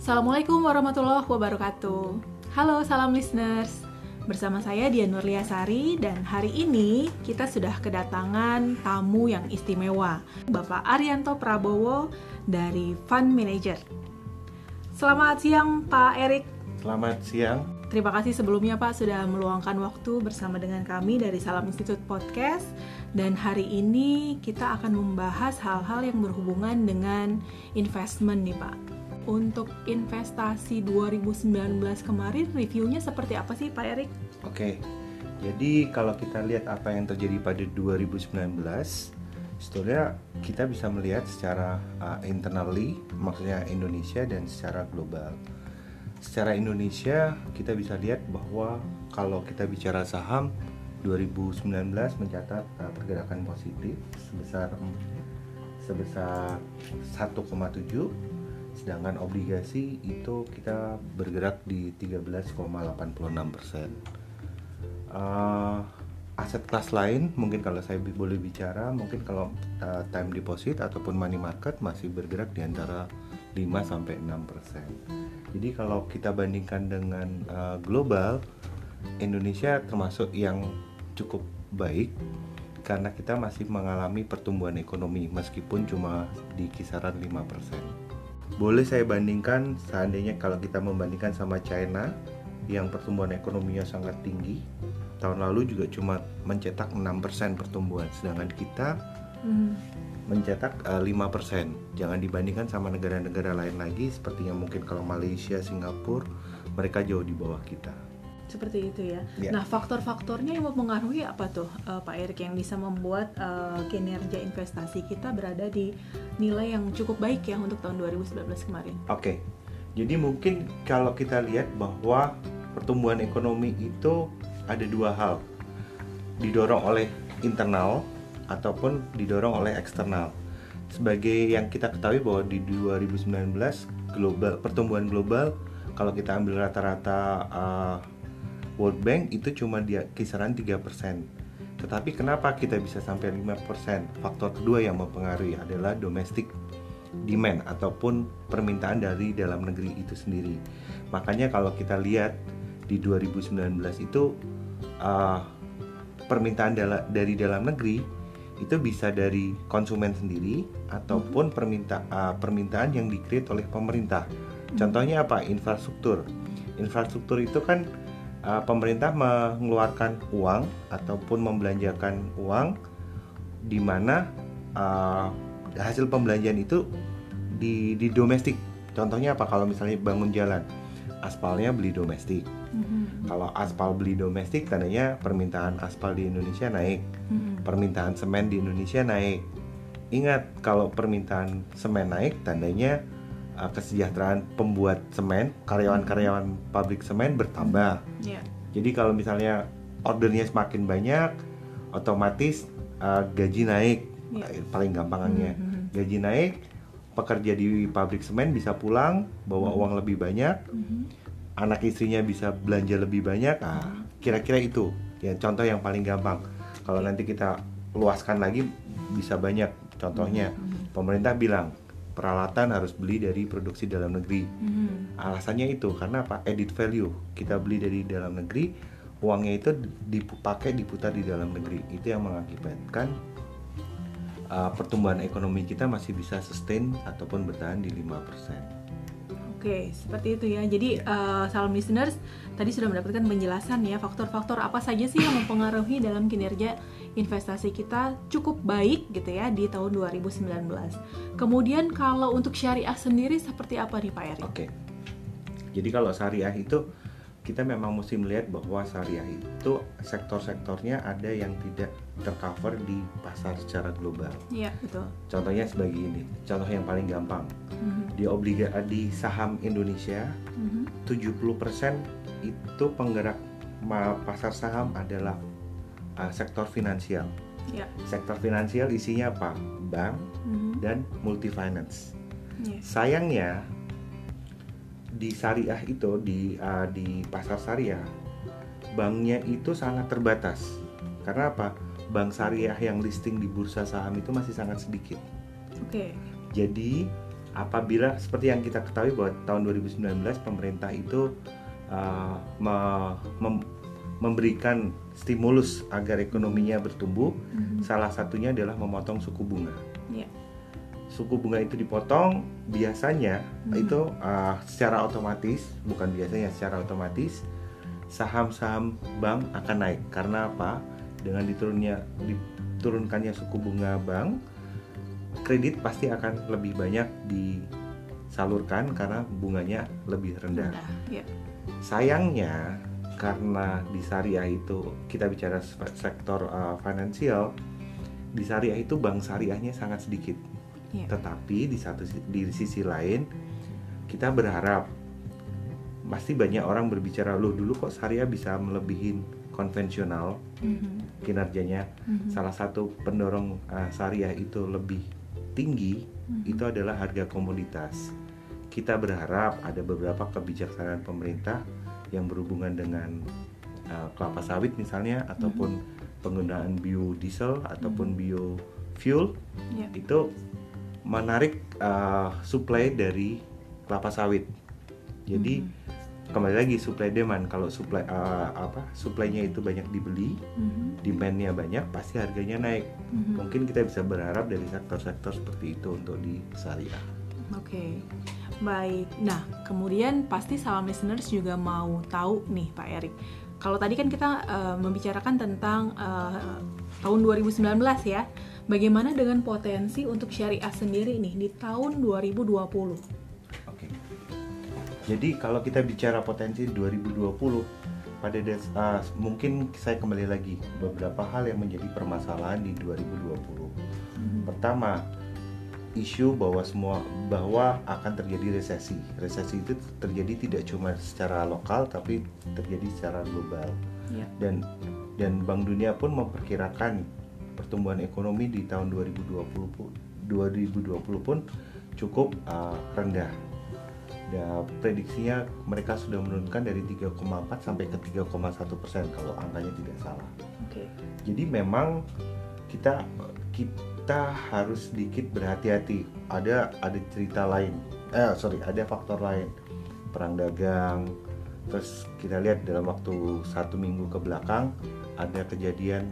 Assalamualaikum warahmatullahi wabarakatuh. Halo salam listeners. Bersama saya Dian Nurliasari dan hari ini kita sudah kedatangan tamu yang istimewa, Bapak Arianto Prabowo dari Fund Manager. Selamat siang Pak Erik. Selamat siang. Terima kasih sebelumnya Pak sudah meluangkan waktu bersama dengan kami dari Salam Institute Podcast. Dan hari ini kita akan membahas hal-hal yang berhubungan dengan investment nih Pak. Untuk investasi 2019 kemarin, reviewnya seperti apa sih Pak Erik? Oke, jadi kalau kita lihat apa yang terjadi pada 2019, sebetulnya kita bisa melihat secara internally, maksudnya Indonesia dan secara global. Secara Indonesia kita bisa lihat bahwa kalau kita bicara saham, 2019 mencatat pergerakan positif sebesar 1,7, sedangkan obligasi itu kita bergerak di 13,86%. Aset kelas lain mungkin kalau saya boleh bicara, mungkin kalau time deposit ataupun money market masih bergerak di antara 5-6%. Jadi kalau kita bandingkan dengan global, Indonesia termasuk yang cukup baik karena kita masih mengalami pertumbuhan ekonomi meskipun cuma di kisaran 5%. Boleh saya bandingkan seandainya kalau kita membandingkan sama China yang pertumbuhan ekonominya sangat tinggi, tahun lalu juga cuma mencetak 6% pertumbuhan, sedangkan kita mencetak 5%. Jangan dibandingkan sama negara-negara lain lagi seperti yang mungkin kalau Malaysia, Singapura, mereka jauh di bawah kita. Seperti itu ya. Ya. Nah, faktor-faktornya yang mempengaruhi apa tuh Pak Erik yang bisa membuat kinerja investasi kita berada di nilai yang cukup baik ya untuk tahun 2019 kemarin? Oke, jadi mungkin kalau kita lihat bahwa pertumbuhan ekonomi itu ada dua hal, didorong oleh internal ataupun didorong oleh eksternal. Sebagai yang kita ketahui bahwa di 2019 pertumbuhan global kalau kita ambil rata-rata World Bank itu cuma di kisaran 3%. Tetapi kenapa kita bisa sampai 5%? Faktor kedua yang mempengaruhi adalah domestic demand ataupun permintaan dari dalam negeri itu sendiri. Makanya kalau kita lihat di 2019 itu permintaan dari dalam negeri itu bisa dari konsumen sendiri ataupun permintaan yang di-create oleh pemerintah. Contohnya apa? Infrastruktur. Infrastruktur itu kan pemerintah mengeluarkan uang ataupun membelanjakan uang di mana hasil pembelanjaan itu di domestik. Contohnya apa? Kalau misalnya bangun jalan, aspalnya beli domestik. Kalau aspal beli domestik, tandanya permintaan aspal di Indonesia naik, permintaan semen di Indonesia naik. Ingat, kalau permintaan semen naik, tandanya kesejahteraan pembuat semen, karyawan-karyawan pabrik semen bertambah. Jadi kalau misalnya ordernya semakin banyak, otomatis gaji naik. Paling gampangannya, gaji naik, pekerja di pabrik semen bisa pulang bawa uang lebih banyak, anak istrinya bisa belanja lebih banyak. Kira-kira itu ya contoh yang paling gampang. Kalau nanti kita luaskan lagi bisa banyak. Contohnya pemerintah bilang peralatan harus beli dari produksi dalam negeri. Alasannya itu karena apa? Added value. Kita beli dari dalam negeri, uangnya itu diputar di dalam negeri. Itu yang mengakibatkan pertumbuhan ekonomi kita masih bisa sustain ataupun bertahan di 5%. Oke, seperti itu ya. Jadi salam listeners, tadi sudah mendapatkan penjelasan ya faktor-faktor apa saja sih yang mempengaruhi dalam kinerja investasi kita cukup baik gitu ya di tahun 2019. Kemudian kalau untuk syariah sendiri seperti apa nih Pak Erik? Oke. Jadi kalau syariah itu kita memang mesti melihat bahwa syariah itu sektor-sektornya ada yang tidak tercover di pasar secara global. Iya, betul. Contohnya sebagai ini, contoh yang paling gampang. Di saham Indonesia, 70% itu penggerak pasar saham adalah sektor finansial. Sektor finansial isinya apa? Bank dan multi finance. Sayangnya di syariah itu di pasar syariah, banknya itu sangat terbatas. Karena apa? Bank syariah yang listing di bursa saham itu masih sangat sedikit. Oke. Jadi apabila seperti yang kita ketahui bahwa tahun 2019 pemerintah itu memberikan stimulus agar ekonominya bertumbuh. Salah satunya adalah memotong suku bunga. Suku bunga itu dipotong biasanya itu secara otomatis, bukan biasanya, secara otomatis saham-saham bank akan naik. Karena apa? Dengan diturunkannya suku bunga bank, kredit pasti akan lebih banyak disalurkan karena bunganya lebih rendah. Sayangnya karena di syariah itu kita bicara sektor finansial, di syariah itu bank syariahnya sangat sedikit. Tetapi di sisi lain kita berharap, pasti banyak orang berbicara, loh dulu kok syariah bisa melebihin konvensional kinerjanya. Salah satu pendorong syariah itu lebih tinggi itu adalah harga komoditas. Kita berharap ada beberapa kebijaksanaan pemerintah yang berhubungan dengan kelapa sawit misalnya, ataupun penggunaan biodiesel ataupun biofuel, itu menarik supply dari kelapa sawit. Jadi kembali lagi supply demand. Kalau supply-nya itu banyak dibeli, demand-nya banyak, pasti harganya naik. Mungkin kita bisa berharap dari sektor-sektor seperti itu untuk di syariah. Oke. Baik, nah kemudian pasti Salam listeners juga mau tahu nih Pak Erik. Kalau tadi kan kita membicarakan tentang tahun 2019 ya. Bagaimana dengan potensi untuk syariah sendiri nih di tahun 2020? Oke. Jadi kalau kita bicara potensi 2020, mungkin saya kembali lagi beberapa hal yang menjadi permasalahan di 2020. Pertama, isu bahwa akan terjadi resesi. Resesi itu terjadi tidak cuma secara lokal tapi terjadi secara global. Dan Bank Dunia pun memperkirakan pertumbuhan ekonomi di tahun 2020 pun cukup rendah. Dan prediksinya mereka sudah menurunkan dari 3,4 sampai ke 3,1% kalau angkanya tidak salah. Jadi memang kita harus sedikit berhati-hati. Ada cerita lain, ada faktor lain, perang dagang. Terus kita lihat dalam waktu 1 minggu ke belakang ada kejadian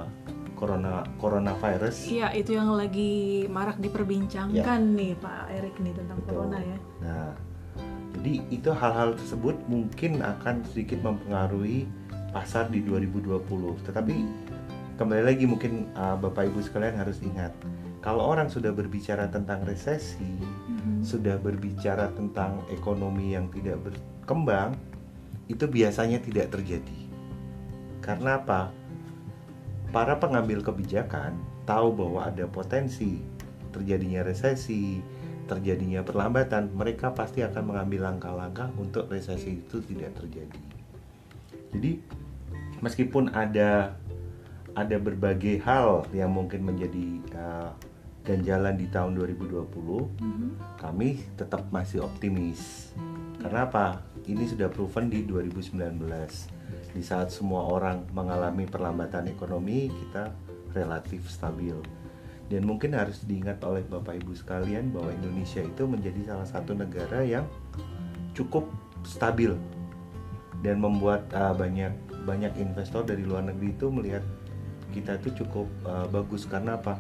coronavirus. Iya, itu yang lagi marak diperbincangkan nih Pak Erik nih tentang corona ya. Nah, jadi itu hal-hal tersebut mungkin akan sedikit mempengaruhi pasar di 2020. Tetapi kembali lagi mungkin Bapak Ibu sekalian harus ingat, kalau orang sudah berbicara tentang resesi, sudah berbicara tentang ekonomi yang tidak berkembang, itu biasanya tidak terjadi. Karena apa? Para pengambil kebijakan tahu bahwa ada potensi terjadinya resesi, terjadinya perlambatan, mereka pasti akan mengambil langkah-langkah untuk resesi itu tidak terjadi. Jadi meskipun ada berbagai hal yang mungkin menjadi ganjalan di tahun 2020, kami tetap masih optimis. Karena apa? Ini sudah proven di 2019. Di saat semua orang mengalami perlambatan ekonomi, kita relatif stabil. Dan mungkin harus diingat oleh Bapak Ibu sekalian bahwa Indonesia itu menjadi salah satu negara yang cukup stabil dan membuat banyak investor dari luar negeri itu melihat kita itu cukup bagus. Karena apa?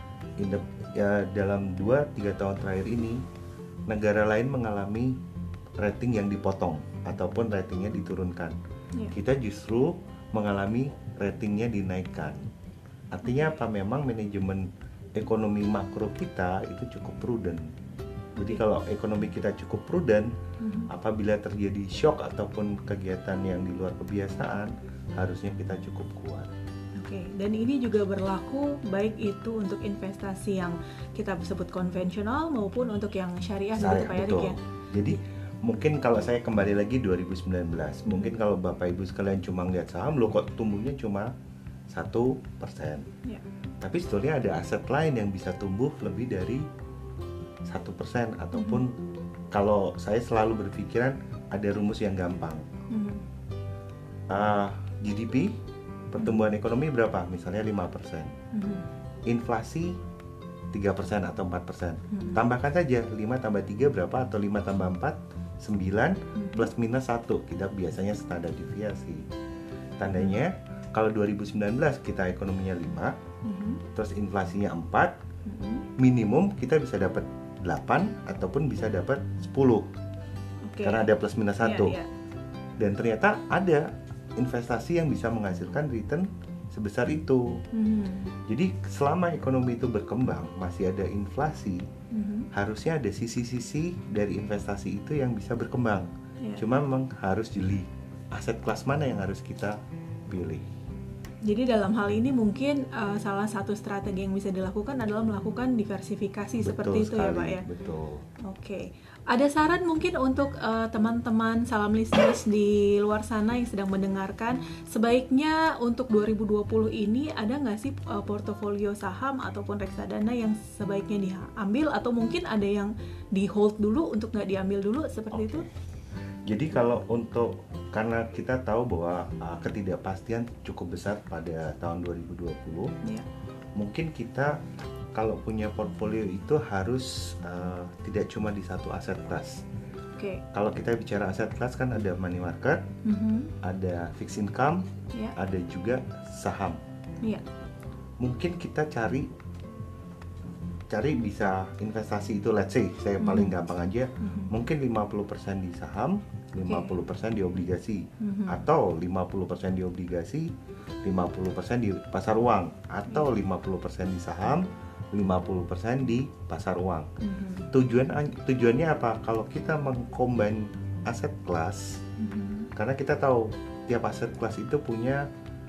Dalam 2-3 tahun terakhir ini negara lain mengalami rating yang dipotong ataupun ratingnya diturunkan. Kita justru mengalami ratingnya dinaikkan. Artinya apa? Memang manajemen ekonomi makro kita itu cukup prudent. Jadi kalau ekonomi kita cukup prudent, apabila terjadi shock ataupun kegiatan yang di luar kebiasaan, harusnya kita cukup kuat. Dan ini juga berlaku baik itu untuk investasi yang kita sebut konvensional maupun untuk yang syariah gitu Pak Erik ya. Jadi mungkin kalau saya kembali lagi 2019, mungkin kalau Bapak Ibu sekalian cuma lihat saham, loh kok tumbuhnya cuma 1%. Tapi sebetulnya ada aset lain yang bisa tumbuh lebih dari 1%, ataupun kalau saya selalu berpikiran ada rumus yang gampang. GDP, pertumbuhan ekonomi berapa? Misalnya 5%. Inflasi 3% atau 4%. Tambahkan saja 5 tambah 3 berapa, atau 5 tambah 4 9 plus minus 1. Kita biasanya standar deviasi. Tandanya kalau 2019 kita ekonominya 5, terus inflasinya 4, minimum kita bisa dapat 8 ataupun bisa dapat 10. Karena ada plus minus 1. Dan ternyata ada investasi yang bisa menghasilkan return sebesar itu. Jadi selama ekonomi itu berkembang, masih ada inflasi, harusnya ada sisi-sisi dari investasi itu yang bisa berkembang. Cuma memang harus jeli aset kelas mana yang harus kita pilih. Jadi dalam hal ini mungkin salah satu strategi yang bisa dilakukan adalah melakukan diversifikasi. Betul seperti itu sekali, ya Pak ya? Betul. Oke. Ada saran mungkin untuk teman-teman salam listeners di luar sana yang sedang mendengarkan, sebaiknya untuk 2020 ini ada nggak sih portofolio saham ataupun reksadana yang sebaiknya diambil, atau mungkin ada yang di hold dulu untuk nggak diambil dulu seperti itu? Jadi kalau untuk, karena kita tahu bahwa ketidakpastian cukup besar pada tahun 2020, mungkin kita kalau punya portfolio itu harus tidak cuma di satu aset kelas. Kalau kita bicara aset kelas kan ada money market, ada fixed income, ada juga saham. Mungkin kita cari bisa investasi itu, let's say saya paling gampang aja, mungkin 50% di saham, 50% di obligasi, atau 50% di obligasi, 50% di pasar uang, atau 50% di saham, 50% di pasar uang. Tujuannya apa? Kalau kita mengcombine aset kelas, karena kita tahu tiap aset kelas itu punya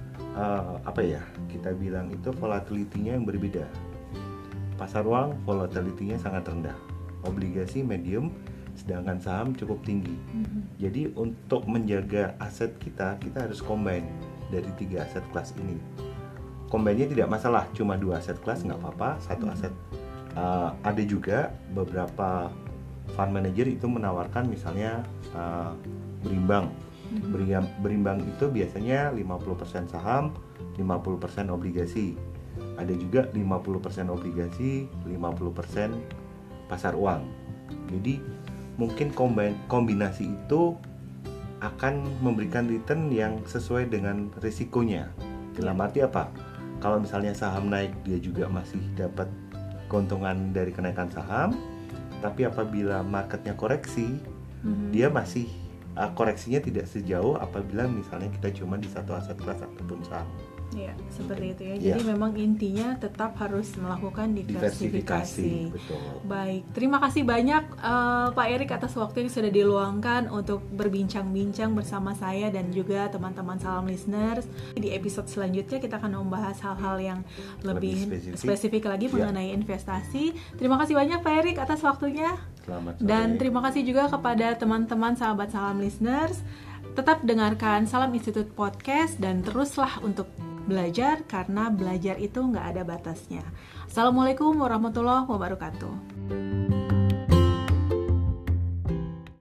kita bilang itu volatility-nya yang berbeda. Pasar uang volatility-nya sangat rendah, obligasi medium, sedangkan saham cukup tinggi. Jadi untuk menjaga aset kita harus combine dari 3 aset kelas ini. Combine-nya tidak masalah, cuma 2 aset kelas nggak apa-apa, 1 aset. Ada juga beberapa fund manager itu menawarkan misalnya berimbang. Berimbang itu biasanya 50% saham, 50% obligasi. Ada juga 50% obligasi, 50% pasar uang. Jadi mungkin kombinasi itu akan memberikan return yang sesuai dengan risikonya. Dalam arti apa? Kalau misalnya saham naik, dia juga masih dapat keuntungan dari kenaikan saham. Tapi apabila marketnya koreksi, dia masih koreksinya tidak sejauh apabila misalnya kita cuma di satu aset kelas ataupun saham. Ya, seperti itu ya. Jadi memang intinya tetap harus melakukan diversifikasi. Betul. Baik, terima kasih banyak Pak Erik atas waktu yang sudah diluangkan untuk berbincang-bincang bersama saya dan juga teman-teman salam listeners. Di episode selanjutnya kita akan membahas hal-hal yang lebih spesifik lagi mengenai investasi. Terima kasih banyak Pak Erik atas waktunya. Selamat sore. Dan terima kasih juga kepada teman-teman sahabat salam listeners. Tetap dengarkan Salam Institute Podcast dan teruslah untuk belajar, karena belajar itu nggak ada batasnya. Assalamualaikum warahmatullahi wabarakatuh.